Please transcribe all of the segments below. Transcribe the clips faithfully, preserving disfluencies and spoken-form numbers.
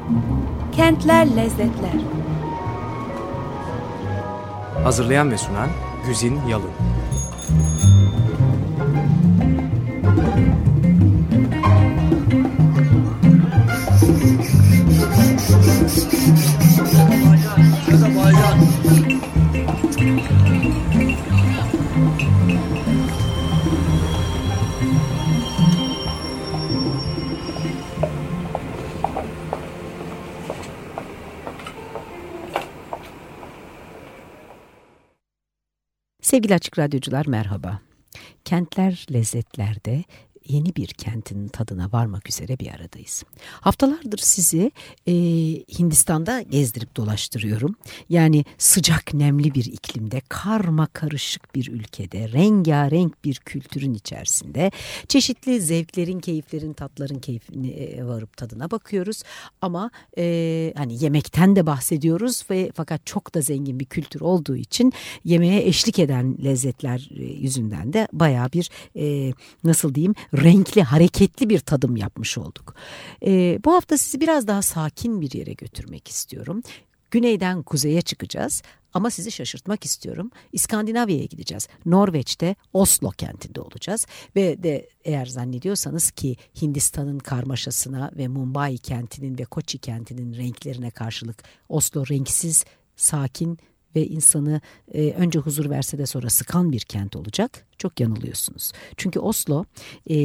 Kentler Lezzetler. Hazırlayan ve sunan Güzin Yalın. Sevgili Açık Radyocular merhaba. Kentler Lezzetler'de yeni bir kentin tadına varmak üzere bir aradayız. Haftalardır sizi e, Hindistan'da gezdirip dolaştırıyorum. Yani sıcak nemli bir iklimde, karma karışık bir ülkede, rengarenk bir kültürün içerisinde çeşitli zevklerin, keyiflerin, tatların keyfine e, varıp tadına bakıyoruz. Ama e, hani yemekten de bahsediyoruz ve fakat çok da zengin bir kültür olduğu için yemeğe eşlik eden lezzetler e, yüzünden de bayağı bir e, nasıl diyeyim renkli, hareketli bir tadım yapmış olduk. Ee, bu hafta sizi biraz daha sakin bir yere götürmek istiyorum. Güneyden kuzeye çıkacağız ama sizi şaşırtmak istiyorum. İskandinavya'ya gideceğiz. Norveç'te Oslo kentinde olacağız. Ve de eğer zannediyorsanız ki Hindistan'ın karmaşasına ve Mumbai kentinin ve Kochi kentinin renklerine karşılık Oslo renksiz, sakin ve insanı e, önce huzur verse de sonra sıkan bir kent olacak. Çok yanılıyorsunuz. Çünkü Oslo e,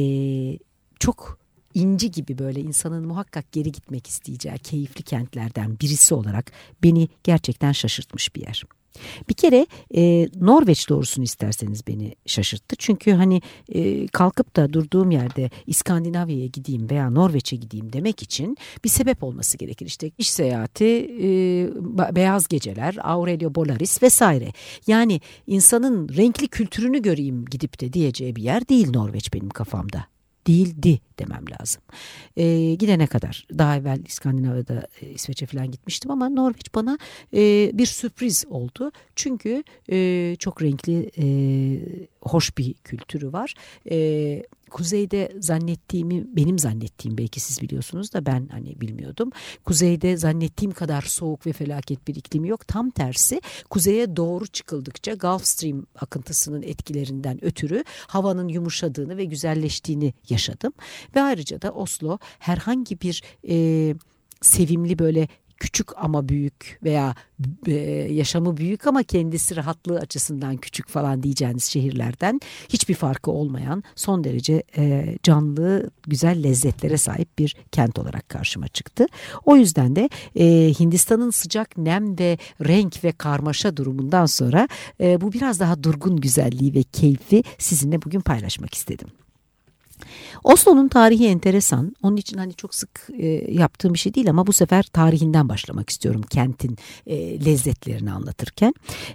çok inci gibi böyle insanın muhakkak geri gitmek isteyeceği keyifli kentlerden birisi olarak beni gerçekten şaşırtmış bir yer. Bir kere e, Norveç doğrusunu isterseniz beni şaşırttı. Çünkü hani e, kalkıp da durduğum yerde İskandinavya'ya gideyim veya Norveç'e gideyim demek için bir sebep olması gerekir. İşte iş seyahati, e, beyaz geceler, Aurelio Borealis vesaire. Yani insanın renkli kültürünü göreyim gidip de diyeceği bir yer değil Norveç benim kafamda. Değildi demem lazım. Ee, gidene kadar daha evvel İskandinavya'da e, İsveç'e falan gitmiştim ama Norveç bana e, bir sürpriz oldu. Çünkü e, çok renkli, e, hoş bir kültürü var. E, Kuzeyde zannettiğimi, benim zannettiğim belki siz biliyorsunuz da ben hani bilmiyordum. Kuzeyde zannettiğim kadar soğuk ve felaket bir iklimi yok. Tam tersi kuzeye doğru çıkıldıkça Gulf Stream akıntısının etkilerinden ötürü havanın yumuşadığını ve güzelleştiğini yaşadım. Ve ayrıca da Oslo herhangi bir e, sevimli böyle küçük ama büyük veya e, yaşamı büyük ama kendisi rahatlığı açısından küçük falan diyeceğiniz şehirlerden hiçbir farkı olmayan son derece e, canlı, güzel lezzetlere sahip bir kent olarak karşıma çıktı. O yüzden de e, Hindistan'ın sıcak nem ve renk ve karmaşa durumundan sonra e, bu biraz daha durgun güzelliği ve keyfi sizinle bugün paylaşmak istedim. Oslo'nun tarihi enteresan. Onun için hani çok sık e, yaptığım bir şey değil ama bu sefer tarihinden başlamak istiyorum kentin e, lezzetlerini anlatırken.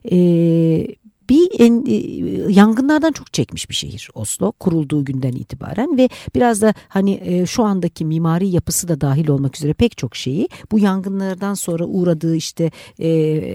E, Bir en, e, yangınlardan çok çekmiş bir şehir Oslo kurulduğu günden itibaren ve biraz da hani e, şu andaki mimari yapısı da dahil olmak üzere pek çok şeyi bu yangınlardan sonra uğradığı işte e,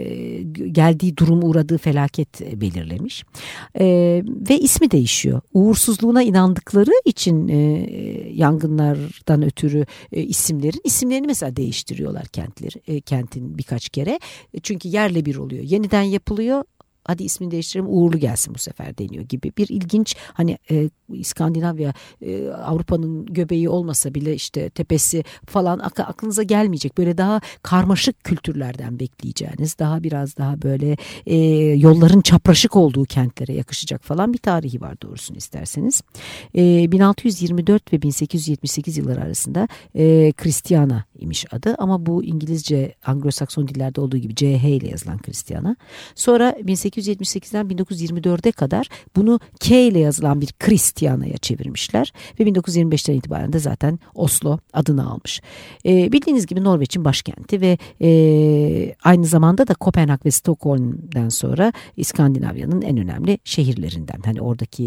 geldiği durum uğradığı felaket e, belirlemiş e, ve ismi değişiyor. Uğursuzluğuna inandıkları için e, yangınlardan ötürü e, isimlerin isimlerini mesela değiştiriyorlar kentleri e, kentin birkaç kere e, çünkü yerle bir oluyor, yeniden yapılıyor. Hadi ismini değiştirelim, uğurlu gelsin bu sefer deniyor gibi bir ilginç hani e, İskandinavya e, Avrupa'nın göbeği olmasa bile işte tepesi falan ak- aklınıza gelmeyecek böyle daha karmaşık kültürlerden bekleyeceğiniz daha biraz daha böyle e, yolların çapraşık olduğu kentlere yakışacak falan bir tarihi var doğrusunu isterseniz. E, bin altı yüz yirmi dört ve bin sekiz yüz yetmiş sekiz yılları arasında e, Christiana imiş adı ama bu İngilizce Anglo-Sakson dillerde olduğu gibi C H ile yazılan Christiana. Sonra bin sekiz yüz yetmiş sekizden bin dokuz yüz yirmi dörde kadar bunu K ile yazılan bir Christiana'ya çevirmişler ve bin dokuz yüz yirmi beşten itibaren de zaten Oslo adını almış. E, bildiğiniz gibi Norveç'in başkenti ve e, aynı zamanda da Kopenhag ve Stockholm'dan sonra İskandinavya'nın en önemli şehirlerinden. Hani oradaki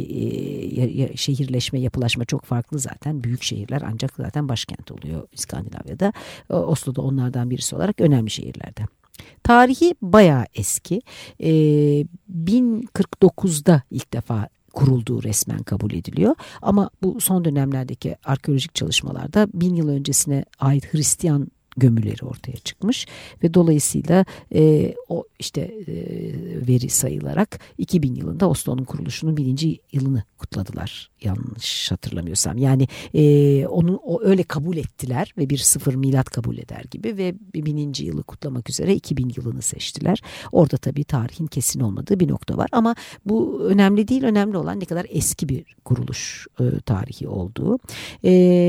e, şehirleşme, yapılaşma çok farklı zaten. Büyük şehirler ancak zaten başkent oluyor İskandinavya'da. Oslo'da onlardan birisi olarak önemli şehirlerden. Tarihi bayağı eski. Ee, bin kırk dokuzda ilk defa kurulduğu resmen kabul ediliyor. Ama bu son dönemlerdeki arkeolojik çalışmalarda bin yıl öncesine ait Hristiyan gömüleri ortaya çıkmış ve dolayısıyla e, o işte e, veri sayılarak iki bin yılında Oslo'nun kuruluşunun birinci yılını kutladılar yanlış hatırlamıyorsam. Yani e, onu o öyle kabul ettiler ve bir sıfır milat kabul eder gibi ve bininci yılı kutlamak üzere iki bin yılını seçtiler. Orada tabii tarihin kesin olmadığı bir nokta var ama bu önemli değil. Önemli olan ne kadar eski bir kuruluş e, tarihi olduğu. E,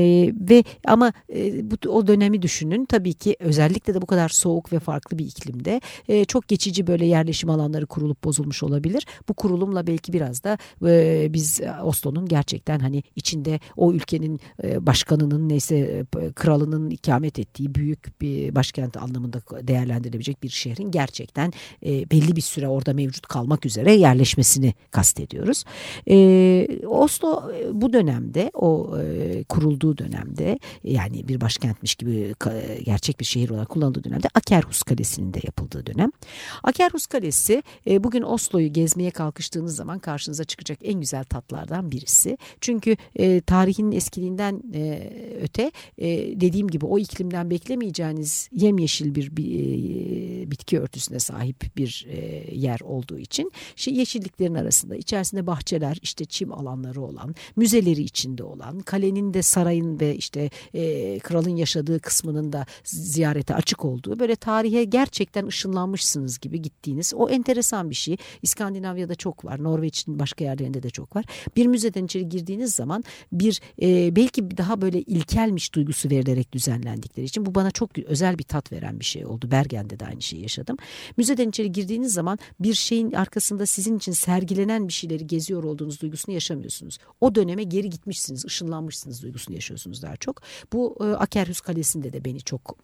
ve ama e, bu o dönemi düşünün. Tabii ki özellikle de bu kadar soğuk ve farklı bir iklimde e, çok geçici böyle yerleşim alanları kurulup bozulmuş olabilir. Bu kurulumla belki biraz da e, biz Oslo'nun gerçekten hani içinde o ülkenin e, başkanının neyse e, kralının ikamet ettiği büyük bir başkent anlamında değerlendirilebilecek bir şehrin gerçekten e, belli bir süre orada mevcut kalmak üzere yerleşmesini kastediyoruz. E, Oslo e, bu dönemde o e, kurulduğu dönemde yani bir başkentmiş gibi e, gerçek bir şehir olarak kullanıldığı dönemde Akerhus Kalesi'nin de yapıldığı dönem. Akerhus Kalesi e, bugün Oslo'yu gezmeye kalkıştığınız zaman karşınıza çıkacak en güzel tatlardan birisi. Çünkü e, tarihinin eskiliğinden e, öte e, dediğim gibi o iklimden beklemeyeceğiniz yemyeşil bir, bir e, bitki örtüsüne sahip bir e, yer olduğu için şey, yeşilliklerin arasında içerisinde bahçeler işte çim alanları olan müzeleri içinde olan kalenin de sarayın ve işte e, kralın yaşadığı kısmının da ziyarete açık olduğu böyle tarihe gerçekten ışınlanmışsınız gibi gittiğiniz o enteresan bir şey. İskandinavya'da çok var. Norveç'in başka yerlerinde de çok var. Bir müzeden içeri girdiğiniz zaman bir e, belki daha böyle ilkelmiş duygusu verilerek düzenlendikleri için bu bana çok özel bir tat veren bir şey oldu. Bergen'de de aynı şeyi yaşadım. Müzeden içeri girdiğiniz zaman bir şeyin arkasında sizin için sergilenen bir şeyleri geziyor olduğunuz duygusunu yaşamıyorsunuz. O döneme geri gitmişsiniz, ışınlanmışsınız duygusunu yaşıyorsunuz daha çok. Bu e, Akerhus Kalesi'nde de beni çok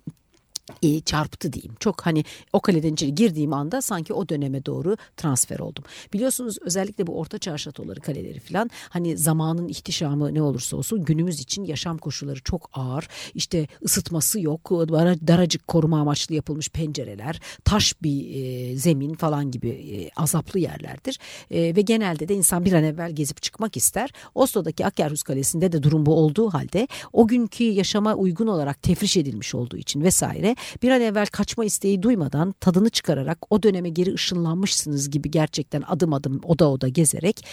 E, çarptı diyeyim. Çok hani o kaleden içeri girdiğim anda sanki o döneme doğru transfer oldum. Biliyorsunuz özellikle bu ortaçağ şatoları, kaleleri falan hani zamanın ihtişamı ne olursa olsun günümüz için yaşam koşulları çok ağır. İşte ısıtması yok. Daracık koruma amaçlı yapılmış pencereler, taş bir e, zemin falan gibi e, azaplı yerlerdir. E, ve genelde de insan bir an evvel gezip çıkmak ister. Oslo'daki Akerhus Kalesi'nde de durum bu olduğu halde o günkü yaşama uygun olarak tefriş edilmiş olduğu için vesaire bir an evvel kaçma isteği duymadan tadını çıkararak o döneme geri ışınlanmışsınız gibi gerçekten adım adım oda oda gezerek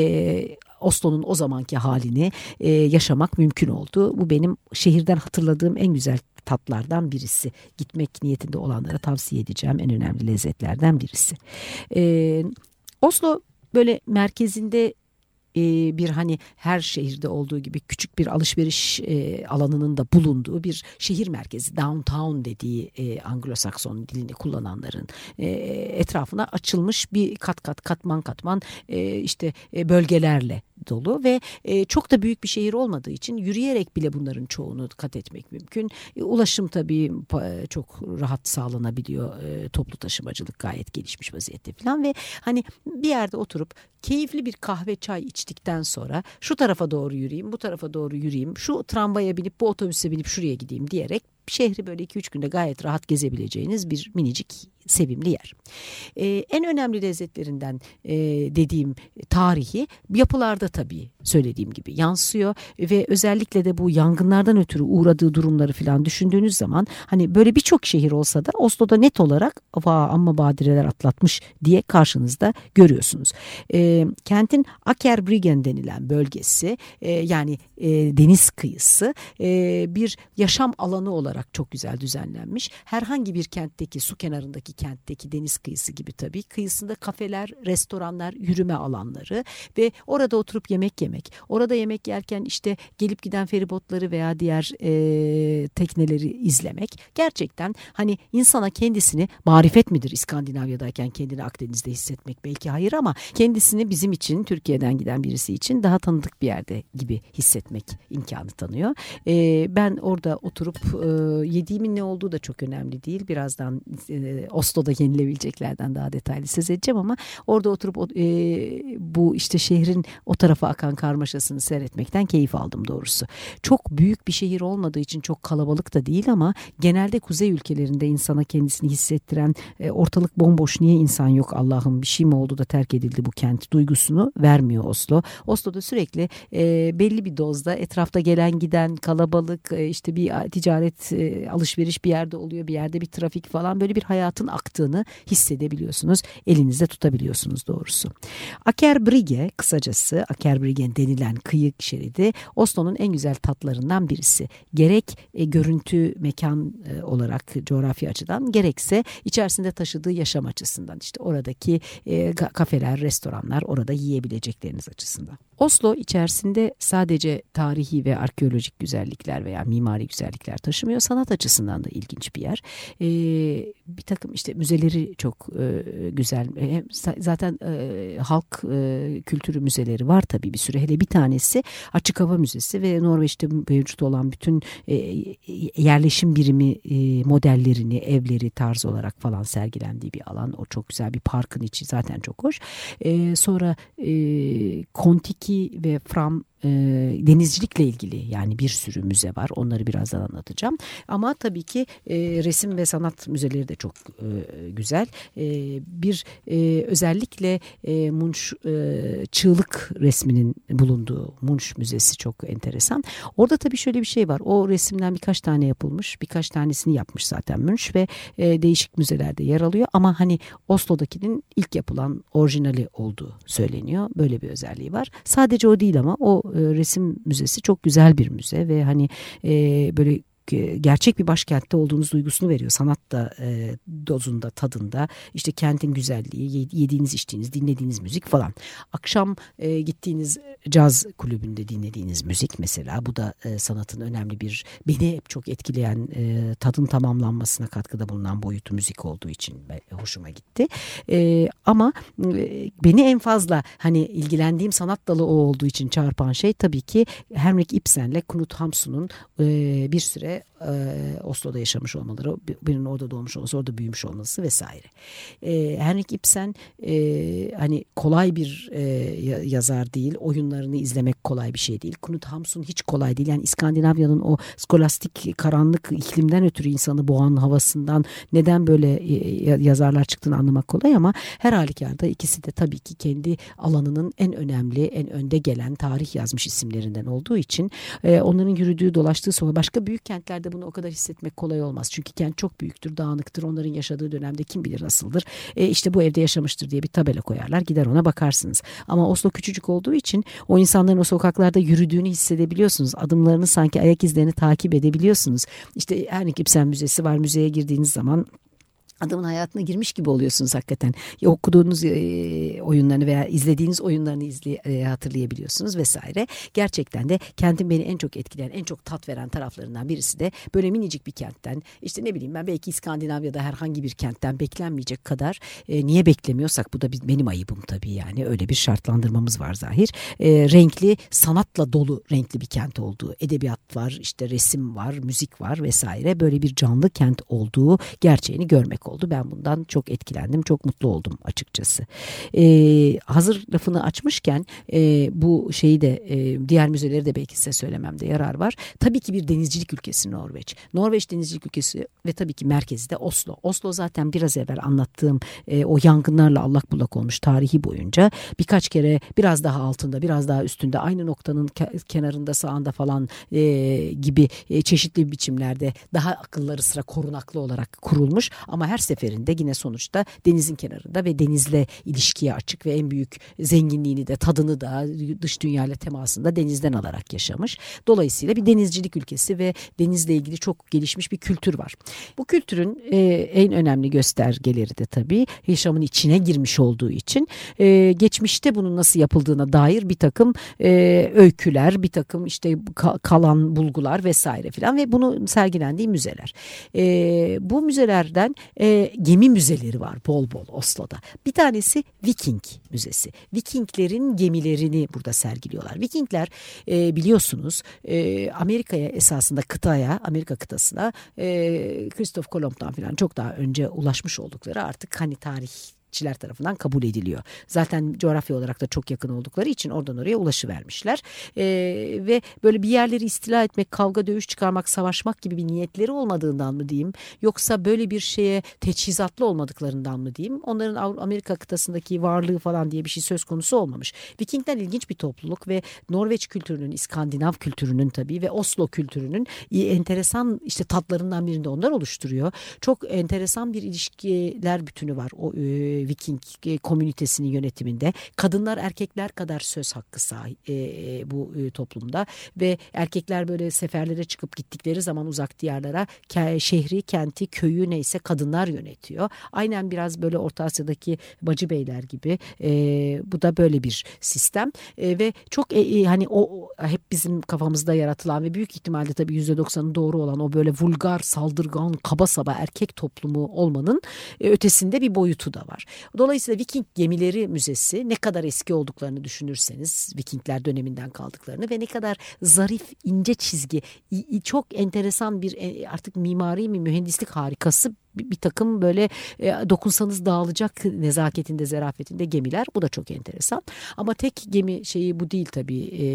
e, Oslo'nun o zamanki halini e, yaşamak mümkün oldu. Bu benim şehirden hatırladığım en güzel tatlardan birisi. Gitmek niyetinde olanlara tavsiye edeceğim en önemli lezzetlerden birisi. E, Oslo böyle merkezinde bir hani her şehirde olduğu gibi küçük bir alışveriş e, alanının da bulunduğu bir şehir merkezi, downtown dediği e, Anglo-Sakson dilini kullananların e, etrafına açılmış bir kat kat katman katman e, işte e, bölgelerle dolu ve e, çok da büyük bir şehir olmadığı için yürüyerek bile bunların çoğunu kat etmek mümkün. E, ulaşım tabii e, çok rahat sağlanabiliyor. E, toplu taşımacılık gayet gelişmiş vaziyette falan ve hani bir yerde oturup keyifli bir kahve çay içtikten sonra şu tarafa doğru yürüyeyim, bu tarafa doğru yürüyeyim, şu tramvaya binip bu otobüse binip şuraya gideyim diyerek şehri böyle iki üç günde gayet rahat gezebileceğiniz bir minicik sevimli yer. Ee, en önemli lezzetlerinden e, dediğim tarihi yapılarda tabii söylediğim gibi yansıyor ve özellikle de bu yangınlardan ötürü uğradığı durumları falan düşündüğünüz zaman hani böyle birçok şehir olsa da Oslo'da net olarak vaa amma badireler atlatmış diye karşınızda görüyorsunuz. E, kentin Akerbryggen denilen bölgesi e, yani e, deniz kıyısı e, bir yaşam alanı olarak çok güzel düzenlenmiş. Herhangi bir kentteki su kenarındaki kentteki deniz kıyısı gibi tabii kıyısında kafeler, restoranlar, yürüme alanları ve orada oturup yemek yemek. Orada yemek yerken işte gelip giden feribotları veya diğer e, tekneleri izlemek. Gerçekten hani insana kendisini marifet midir İskandinavya'dayken kendini Akdeniz'de hissetmek belki hayır ama kendisini bizim için Türkiye'den giden birisi için daha tanıdık bir yerde gibi hissetmek imkanı tanıyor. E, ben orada oturup e, yediğimin ne olduğu da çok önemli değil. Birazdan e, Oslo'da yenilebileceklerden daha detaylı söz edeceğim ama orada oturup e, bu işte şehrin o tarafa akan karmaşasını seyretmekten keyif aldım doğrusu. Çok büyük bir şehir olmadığı için çok kalabalık da değil ama genelde kuzey ülkelerinde insana kendisini hissettiren e, ortalık bomboş niye insan yok Allah'ım bir şey mi oldu da terk edildi bu kent duygusunu vermiyor Oslo. Oslo'da sürekli e, belli bir dozda etrafta gelen giden kalabalık e, işte bir ticaret e, alışveriş bir yerde oluyor, bir yerde bir trafik falan, böyle bir hayatın aktığını hissedebiliyorsunuz. Elinizde tutabiliyorsunuz doğrusu. Akerbrygge, kısacası Akerbrygge denilen kıyı şeridi Oslo'nun en güzel tatlarından birisi. Gerek e, görüntü, mekan e, olarak coğrafya açıdan, gerekse içerisinde taşıdığı yaşam açısından. İşte oradaki e, kafeler, restoranlar, orada yiyebilecekleriniz açısından. Oslo içerisinde sadece tarihi ve arkeolojik güzellikler veya mimari güzellikler taşımıyor. Sanat açısından da ilginç bir yer. Ee, bir takım işte müzeleri çok e, güzel. E, zaten e, halk e, kültürü müzeleri var tabii bir sürü. Hele bir tanesi Açık Hava Müzesi ve Norveç'te mevcut olan bütün e, yerleşim birimi e, modellerini, evleri, tarz olarak falan sergilendiği bir alan. O çok güzel, bir parkın içi zaten çok hoş. E, sonra e, Kontiki ve Fram e, denizcilikle ilgili yani bir sürü müze var. Onları birazdan anlatacağım. Ama tabii ki e, resim ve sanat müzeleri de çok e, güzel. E, bir e, özellikle e, Munch e, çığlık resminin bulunduğu Munch Müzesi çok enteresan. Orada tabii şöyle bir şey var. O resimden birkaç tane yapılmış. Birkaç tanesini yapmış zaten Munch ve e, değişik müzelerde yer alıyor. Ama hani Oslo'dakinin ilk yapılan orijinali olduğu söyleniyor. Böyle bir özelliği var. Sadece o değil ama o e, resim müzesi çok güzel bir müze ve hani e, böyle gerçek bir başkentte olduğunuz duygusunu veriyor. Sanat da e, dozunda, tadında, işte kentin güzelliği, yediğiniz, içtiğiniz, dinlediğiniz müzik falan. Akşam e, gittiğiniz caz kulübünde dinlediğiniz müzik mesela, bu da e, sanatın önemli bir, beni hep çok etkileyen, e, tadın tamamlanmasına katkıda bulunan boyutu müzik olduğu için hoşuma gitti. E, ama e, beni en fazla hani ilgilendiğim sanat dalı o olduğu için çarpan şey tabii ki Henrik Ibsen'le Knut Hamsun'un e, bir süre Ee, Oslo'da yaşamış olmaları, birinin orada doğmuş olması, orada büyümüş olması vesaire. Ee, Henrik Ibsen e, hani kolay bir e, yazar değil. Oyunlarını izlemek kolay bir şey değil. Knut Hamsun hiç kolay değil. Yani İskandinavya'nın o skolastik karanlık iklimden ötürü insanı boğan havasından neden böyle e, yazarlar çıktığını anlamak kolay ama her halükarda ikisi de tabii ki kendi alanının en önemli, en önde gelen tarih yazmış isimlerinden olduğu için e, onların yürüdüğü, dolaştığı sonra başka büyük kentlerde bunu o kadar hissetmek kolay olmaz. Çünkü kent çok büyüktür, dağınıktır. Onların yaşadığı dönemde kim bilir nasıldır. E işte bu evde yaşamıştır diye bir tabela koyarlar. Gider ona bakarsınız. Ama Oslo küçücük olduğu için o insanların o sokaklarda yürüdüğünü hissedebiliyorsunuz. Adımlarını, sanki ayak izlerini takip edebiliyorsunuz. İşte Henrik Ibsen Müzesi var. Müzeye girdiğiniz zaman adamın hayatına girmiş gibi oluyorsunuz hakikaten. Ya okuduğunuz e, oyunlarını veya izlediğiniz oyunlarını izley, e, hatırlayabiliyorsunuz vesaire. Gerçekten de kentin beni en çok etkileyen, en çok tat veren taraflarından birisi de böyle minicik bir kentten, işte ne bileyim ben, belki İskandinavya'da herhangi bir kentten beklenmeyecek kadar, e, niye beklemiyorsak bu da benim ayıbım tabii, yani öyle bir şartlandırmamız var zahir. E, renkli, sanatla dolu renkli bir kent olduğu, edebiyat var, işte resim var, müzik var vesaire, böyle bir canlı kent olduğu gerçeğini görmek oldu. Ben bundan çok etkilendim. Çok mutlu oldum açıkçası. Ee, hazır lafını açmışken e, bu şeyi de e, diğer müzeleri de belki size söylememde yarar var. Tabii ki bir denizcilik ülkesi Norveç. Norveç denizcilik ülkesi ve tabii ki merkezi de Oslo. Oslo zaten biraz evvel anlattığım e, o yangınlarla allak bullak olmuş tarihi boyunca birkaç kere biraz daha altında, biraz daha üstünde, aynı noktanın ke- kenarında, sağında falan e, gibi e, çeşitli biçimlerde daha akılları sıra korunaklı olarak kurulmuş ama her seferinde yine sonuçta denizin kenarında ve denizle ilişkiye açık ve en büyük zenginliğini de, tadını da dış dünyayla temasında denizden alarak yaşamış. Dolayısıyla bir denizcilik ülkesi ve denizle ilgili çok gelişmiş bir kültür var. Bu kültürün e, en önemli göstergeleri de tabii yaşamın içine girmiş olduğu için e, geçmişte bunun nasıl yapıldığına dair bir takım e, öyküler, bir takım işte ka- kalan bulgular vesaire filan ve bunu sergilendiği müzeler. E, bu müzelerden e, gemi müzeleri var bol bol Oslo'da. Bir tanesi Viking Müzesi. Vikinglerin gemilerini burada sergiliyorlar. Vikingler e, biliyorsunuz e, Amerika'ya, esasında kıtaya, Amerika kıtasına e, Christoph Kolomb'dan falan çok daha önce ulaşmış oldukları, artık hani tarih ziyaretçiler tarafından kabul ediliyor. Zaten coğrafya olarak da çok yakın oldukları için oradan oraya ulaşıvermişler. E, ve böyle bir yerleri istila etmek, kavga dövüş çıkarmak, savaşmak gibi bir niyetleri olmadığından mı diyeyim, yoksa böyle bir şeye teçhizatlı olmadıklarından mı diyeyim, onların Amerika kıtasındaki varlığı falan diye bir şey söz konusu olmamış. Vikingler ilginç bir topluluk ve Norveç kültürünün, İskandinav kültürünün tabii ve Oslo kültürünün enteresan işte tatlarından birini de onlar oluşturuyor. Çok enteresan bir ilişkiler bütünü var o e, Viking e, komünitesinin yönetiminde. Kadınlar erkekler kadar söz hakkı sahip e, bu e, toplumda ve erkekler böyle seferlere çıkıp gittikleri zaman uzak diyarlara ke- şehri, kenti, köyü neyse kadınlar yönetiyor. Aynen biraz böyle Orta Asya'daki bacı beyler gibi. E, bu da böyle bir sistem e, ve çok e, e, hani o, o hep bizim kafamızda yaratılan ve büyük ihtimalle tabii yüzde doksanı doğru olan o böyle vulgar, saldırgan, kaba saba erkek toplumu olmanın e, ötesinde bir boyutu da var. Dolayısıyla Viking Gemileri Müzesi ne kadar eski olduklarını düşünürseniz, Vikingler döneminden kaldıklarını ve ne kadar zarif, ince çizgi, çok enteresan bir artık mimari mi, mühendislik harikası bir, bir takım böyle e, dokunsanız dağılacak nezaketinde, zarafetinde gemiler. Bu da çok enteresan. Ama tek gemi şeyi bu değil tabii e,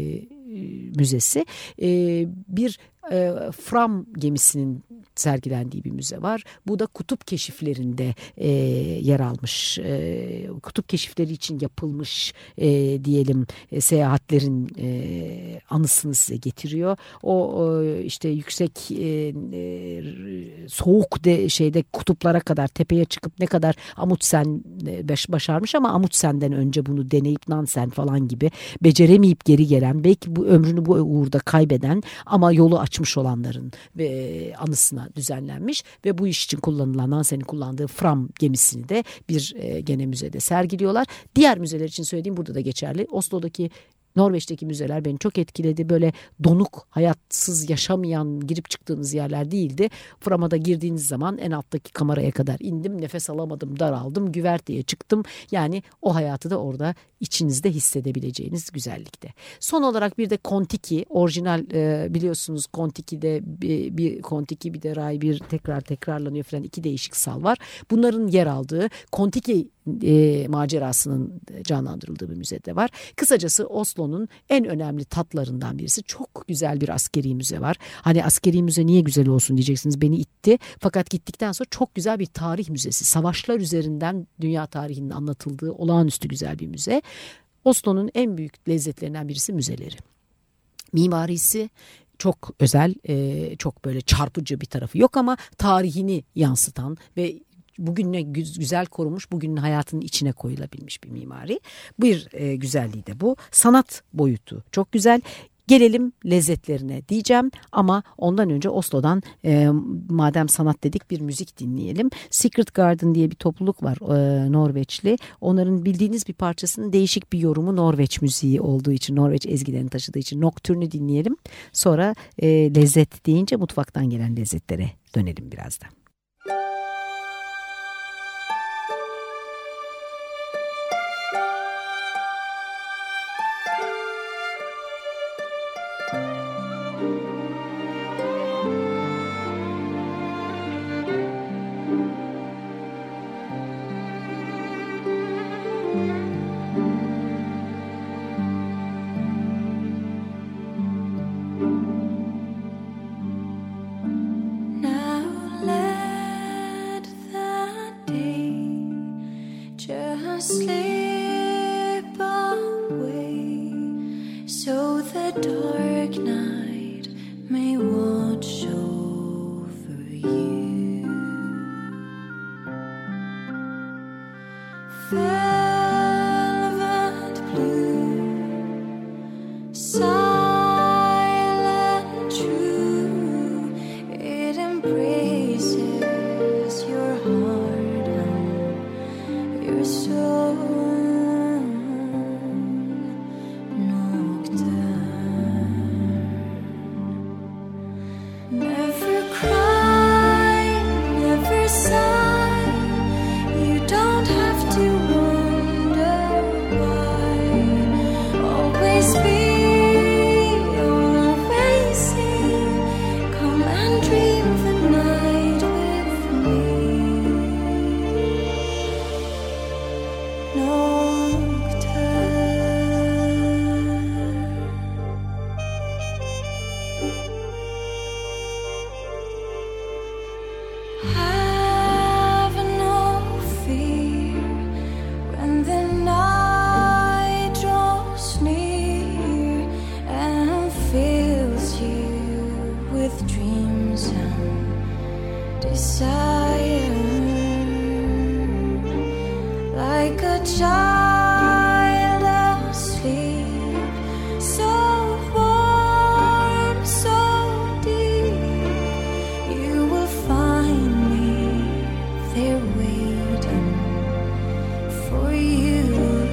müzesi. E, bir e, Fram gemisinin sergilendiği bir müze var. Bu da kutup keşiflerinde e, yer almış. E, kutup keşifleri için yapılmış e, diyelim e, seyahatlerin e, anısını size getiriyor. O e, işte yüksek e, e, soğuk de şeyde kutuplara kadar tepeye çıkıp ne kadar Amundsen e, başarmış ama Amundsen'den önce bunu deneyip Nansen falan gibi beceremeyip geri gelen, belki bu ömrünü bu uğurda kaybeden ama yolu açmış olanların e, anısına düzenlenmiş ve bu iş için kullanılan Nansen'in kullandığı Fram gemisini de bir e, gene müzede sergiliyorlar. Diğer müzeler için söylediğim burada da geçerli. Oslo'daki, Norveç'teki müzeler beni çok etkiledi. Böyle donuk, hayatsız yaşamayan, girip çıktığınız yerler değildi. Fram'a da girdiğiniz zaman en alttaki kameraya kadar indim. Nefes alamadım, daraldım, güverteye çıktım. Yani o hayatı da orada içinizde hissedebileceğiniz güzellikte. Son olarak bir de Kon-Tiki, orijinal e, biliyorsunuz Kon-Tiki'de bir, bir Kon-Tiki bir de Ray bir tekrar tekrarlanıyor falan, iki değişik sal var. Bunların yer aldığı Kon-Tiki e, macerasının canlandırıldığı bir müzede var. Kısacası Oslo'nun en önemli tatlarından birisi. Çok güzel bir askeri müze var. Hani askeri müze niye güzel olsun diyeceksiniz, beni itti. Fakat gittikten sonra çok güzel bir tarih müzesi. Savaşlar üzerinden dünya tarihinin anlatıldığı olağanüstü güzel bir müze. Oslo'nun en büyük lezzetlerinden birisi müzeleri. Mimarisi çok özel, çok böyle çarpıcı bir tarafı yok ama tarihini yansıtan ve bugününe güzel korunmuş, bugünün hayatının içine koyulabilmiş bir mimari. Bir e, güzelliği de bu. Sanat boyutu çok güzel. Gelelim lezzetlerine diyeceğim ama ondan önce Oslo'dan e, madem sanat dedik bir müzik dinleyelim. Secret Garden diye bir topluluk var e, Norveçli. Onların bildiğiniz bir parçasının değişik bir yorumu Norveç müziği olduğu için, Norveç ezgilerini taşıdığı için Nocturne'ü dinleyelim. Sonra e, lezzet deyince mutfaktan gelen lezzetlere dönelim birazdan. Now let desire, like a child asleep, so warm, so deep. You will find me there waiting for you.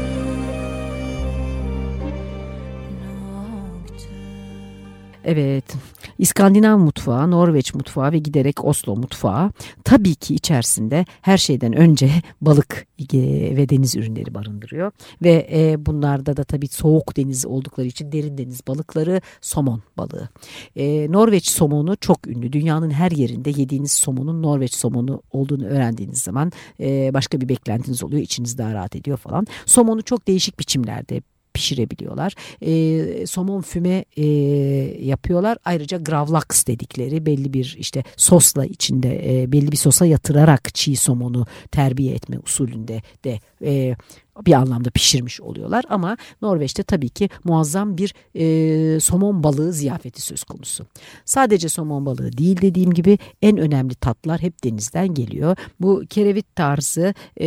Evet, İskandinav mutfağı, Norveç mutfağı ve giderek Oslo mutfağı tabii ki içerisinde her şeyden önce balık ve deniz ürünleri barındırıyor. Ve e, bunlarda da tabii soğuk deniz oldukları için derin deniz balıkları, somon balığı. E, Norveç somonu çok ünlü. Dünyanın her yerinde yediğiniz somonun Norveç somonu olduğunu öğrendiğiniz zaman e, başka bir beklentiniz oluyor. İçiniz daha rahat ediyor falan. Somonu çok değişik biçimlerde pişirebiliyorlar. E, somon füme e, yapıyorlar. Ayrıca gravlax dedikleri belli bir işte sosla içinde e, belli bir sosa yatırarak çiğ somonu terbiye etme usulünde de e, bir anlamda pişirmiş oluyorlar. Ama Norveç'te tabii ki muazzam bir e, somon balığı ziyafeti söz konusu. Sadece somon balığı değil, dediğim gibi en önemli tatlar hep denizden geliyor. Bu kerevit tarzı e,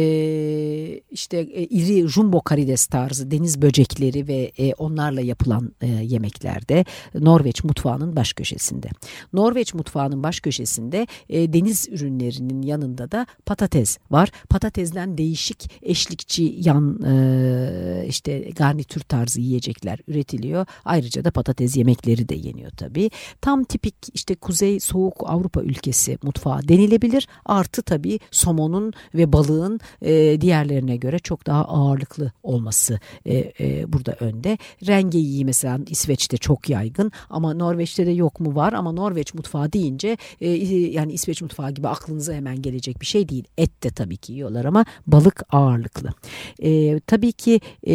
işte e, iri jumbo karides tarzı deniz böcekleri ve e, onlarla yapılan e, yemeklerde Norveç mutfağının baş köşesinde. Norveç mutfağının baş köşesinde e, deniz ürünlerinin yanında da patates var. Patatesden değişik eşlikçi yan işte garnitür tarzı yiyecekler üretiliyor. Ayrıca da patates yemekleri de yeniyor tabii. Tam tipik işte kuzey soğuk Avrupa ülkesi mutfağı denilebilir. Artı tabii somonun ve balığın e, diğerlerine göre çok daha ağırlıklı olması e, e, burada önde. Rengeyi mesela İsveç'te çok yaygın ama Norveç'te de yok mu? Var ama Norveç mutfağı deyince e, yani İsveç mutfağı gibi aklınıza hemen gelecek bir şey değil. Et de tabii ki yiyorlar ama balık ağırlıklı. E, tabii ki e,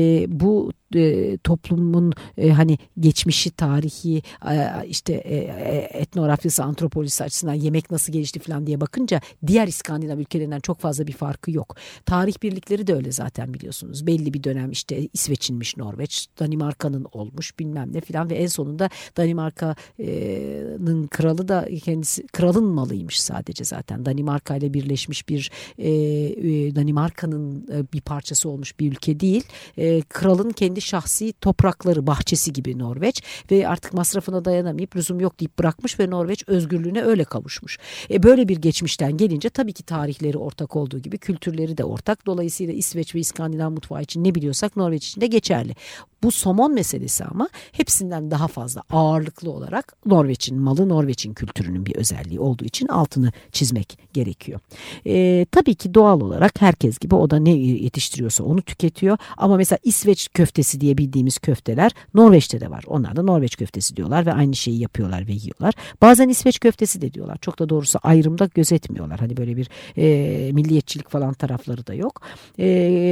bu e, toplumun e, hani geçmişi, tarihi, e, işte e, etnografyası, antropolojisi açısından yemek nasıl gelişti falan diye bakınca diğer İskandinav ülkelerinden çok fazla bir farkı yok. Tarih birlikleri de öyle zaten biliyorsunuz. Belli bir dönem işte İsveç'inmiş Norveç, Danimarka'nın olmuş bilmem ne falan ve en sonunda Danimarka'nın kralı da kendisi kralın malıymış sadece zaten. Danimarka ile birleşmiş bir e, e, Danimarka'nın e, bir parçası olmuş bir ülke değil. E, kralın kendi şahsi toprakları, bahçesi gibi Norveç ve artık masrafına dayanamayıp lüzum yok deyip bırakmış ve Norveç özgürlüğüne öyle kavuşmuş. E, böyle bir geçmişten gelince tabii ki tarihleri ortak olduğu gibi kültürleri de ortak. Dolayısıyla İsveç ve İskandinav mutfağı için ne biliyorsak Norveç için de geçerli. Bu somon meselesi ama hepsinden daha fazla ağırlıklı olarak Norveç'in malı, Norveç'in kültürünün bir özelliği olduğu için altını çizmek gerekiyor. E, tabii ki doğal olarak herkes gibi o da ne yetiştiriyorsa onu tüketiyor. Ama mesela İsveç köftesi diye bildiğimiz köfteler Norveç'te de var. Onlar da Norveç köftesi diyorlar ve aynı şeyi yapıyorlar ve yiyorlar. Bazen İsveç köftesi de diyorlar. Çok da doğrusu ayrımda gözetmiyorlar. Hani böyle bir e, milliyetçilik falan tarafları da yok. E,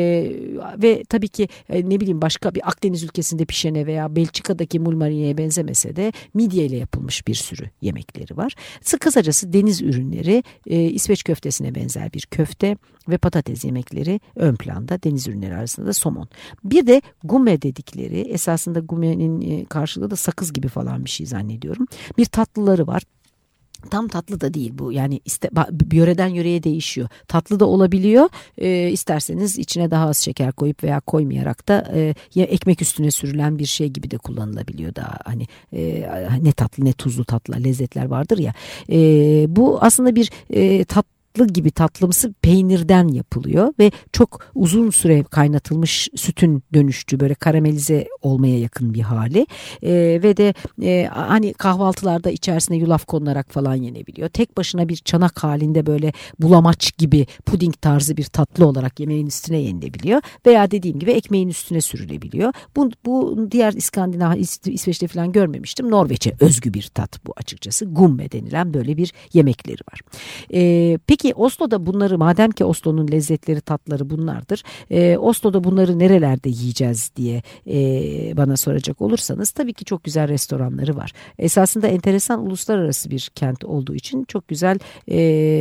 ve tabii ki e, ne bileyim başka bir Akdeniz ülkesinde pişene veya Belçika'daki mulmarine'ye benzemese de midye ile yapılmış bir sürü yemekleri var. Kısacası deniz ürünleri, e, İsveç köftesine benzer bir köfte ve patates yemekleri ön planda, deniz ürünleri arasında da somon. Bir de gume dedikleri, esasında gumenin karşılığı da sakız gibi falan bir şey zannediyorum. Bir tatlıları var. Tam tatlı da değil bu, yani iste, bir yöreden yöreye değişiyor. Tatlı da olabiliyor. E, isterseniz içine daha az şeker koyup veya koymayarak da e, ya ekmek üstüne sürülen bir şey gibi de kullanılabiliyor daha. Hani e, ne tatlı ne tuzlu tatlı lezzetler vardır ya. E, bu aslında bir e, tatlı gibi tatlımsı peynirden yapılıyor ve çok uzun süre kaynatılmış sütün dönüştüğü böyle karamelize olmaya yakın bir hali e, ve de e, hani kahvaltılarda içerisine yulaf konularak falan yenebiliyor. Tek başına bir çanak halinde böyle bulamaç gibi puding tarzı bir tatlı olarak yemeğin üstüne yenilebiliyor veya dediğim gibi ekmeğin üstüne sürülebiliyor. Bu, bu diğer İskandinav, İsveç'te falan görmemiştim. Norveç'e özgü bir tat bu açıkçası. Gumme denilen böyle bir yemekleri var. E, peki Peki Oslo'da bunları, madem ki Oslo'nun lezzetleri, tatları bunlardır. E, Oslo'da bunları nerelerde yiyeceğiz diye e, bana soracak olursanız tabii ki çok güzel restoranları var. Esasında enteresan, uluslararası bir kent olduğu için çok güzel e,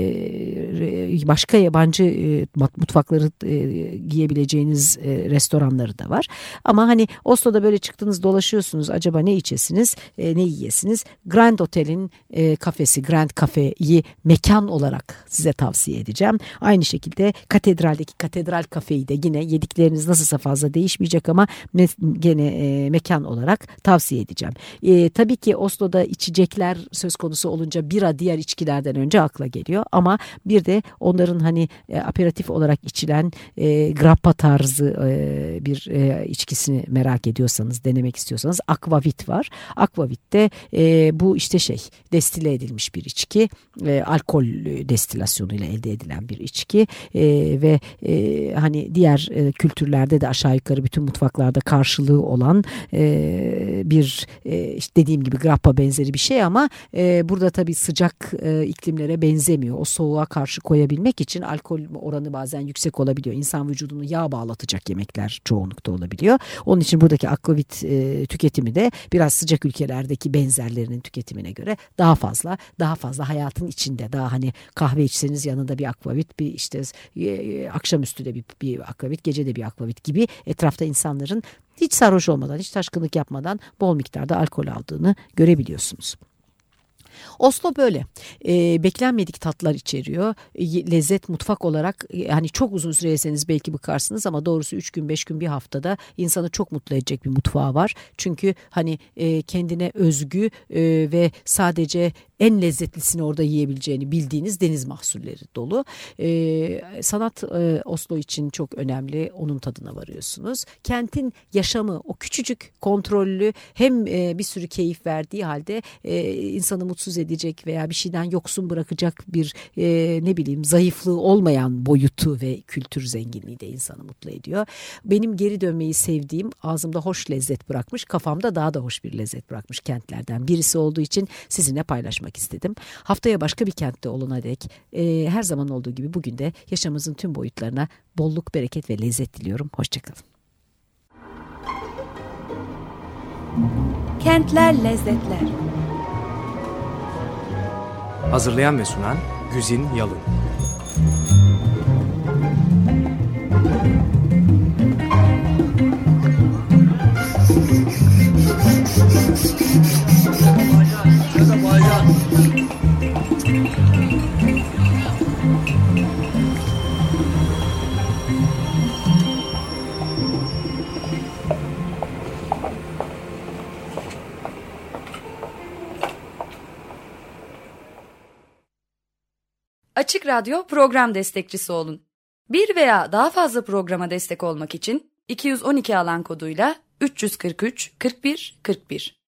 başka yabancı e, mutfakları e, yiyebileceğiniz e, restoranları da var. Ama hani Oslo'da böyle çıktınız, dolaşıyorsunuz, acaba ne içesiniz, e, ne yiyesiniz? Grand Hotel'in e, kafesi, Grand Cafe'yi mekan olarak size tavsiye edeceğim. Aynı şekilde katedraldeki Katedral Kafe'yi de yine yedikleriniz nasılsa fazla değişmeyecek ama me- gene e, mekan olarak tavsiye edeceğim. E, tabii ki Oslo'da içecekler söz konusu olunca bira diğer içkilerden önce akla geliyor ama bir de onların hani e, aperatif olarak içilen e, grappa tarzı e, bir e, içkisini merak ediyorsanız, denemek istiyorsanız Aquavit var. Aquavit'te e, bu işte şey, destile edilmiş bir içki, e, alkol destilasyonuyla elde edilen bir içki e, ve e, hani diğer e, kültürlerde de aşağı yukarı bütün mutfaklarda karşılığı olan e, bir e, işte dediğim gibi grappa benzeri bir şey ama e, burada tabii sıcak e, iklimlere benzemiyor. O soğuğa karşı koyabilmek için alkol oranı bazen yüksek olabiliyor. İnsan vücudunu yağ bağlatacak yemekler çoğunlukta olabiliyor. Onun için buradaki akvavit e, tüketimi de biraz sıcak ülkelerdeki benzerlerinin tüketimine göre daha fazla, daha fazla hayatın içinde, daha hani kahve içseniz yanında bir akvavit, bir işte e, akşamüstü de bir, bir akvavit, gece de bir akvavit gibi etrafta insanların hiç sarhoş olmadan, hiç taşkınlık yapmadan bol miktarda alkol aldığını görebiliyorsunuz. Oslo böyle e, beklenmedik tatlar içeriyor. E, lezzet, mutfak olarak e, hani çok uzun süre yeseniz belki bıkarsınız ama doğrusu üç gün beş gün bir haftada insanı çok mutlu edecek bir mutfağı var. Çünkü hani e, kendine özgü e, ve sadece en lezzetlisini orada yiyebileceğini bildiğiniz deniz mahsulleri dolu. E, sanat e, Oslo için çok önemli. Onun tadına varıyorsunuz. Kentin yaşamı, o küçücük, kontrollü, hem e, bir sürü keyif verdiği halde e, insanı mutsuz edecek veya bir şeyden yoksun bırakacak bir e, ne bileyim zayıflığı olmayan boyutu ve kültür zenginliği de insanı mutlu ediyor. Benim geri dönmeyi sevdiğim, ağzımda hoş lezzet bırakmış, kafamda daha da hoş bir lezzet bırakmış kentlerden birisi olduğu için sizinle paylaşmak istedim. Haftaya başka bir kentte olana dek e, her zaman olduğu gibi bugün de yaşamımızın tüm boyutlarına bolluk, bereket ve lezzet diliyorum. Hoşçakalın. Kentler Lezzetler. Hazırlayan ve sunan Güzin Yalın. Açık Radyo program destekçisi olun. Bir veya daha fazla programa destek olmak için iki yüz on iki alan koduyla üç yüz kırk üç kırk bir kırk bir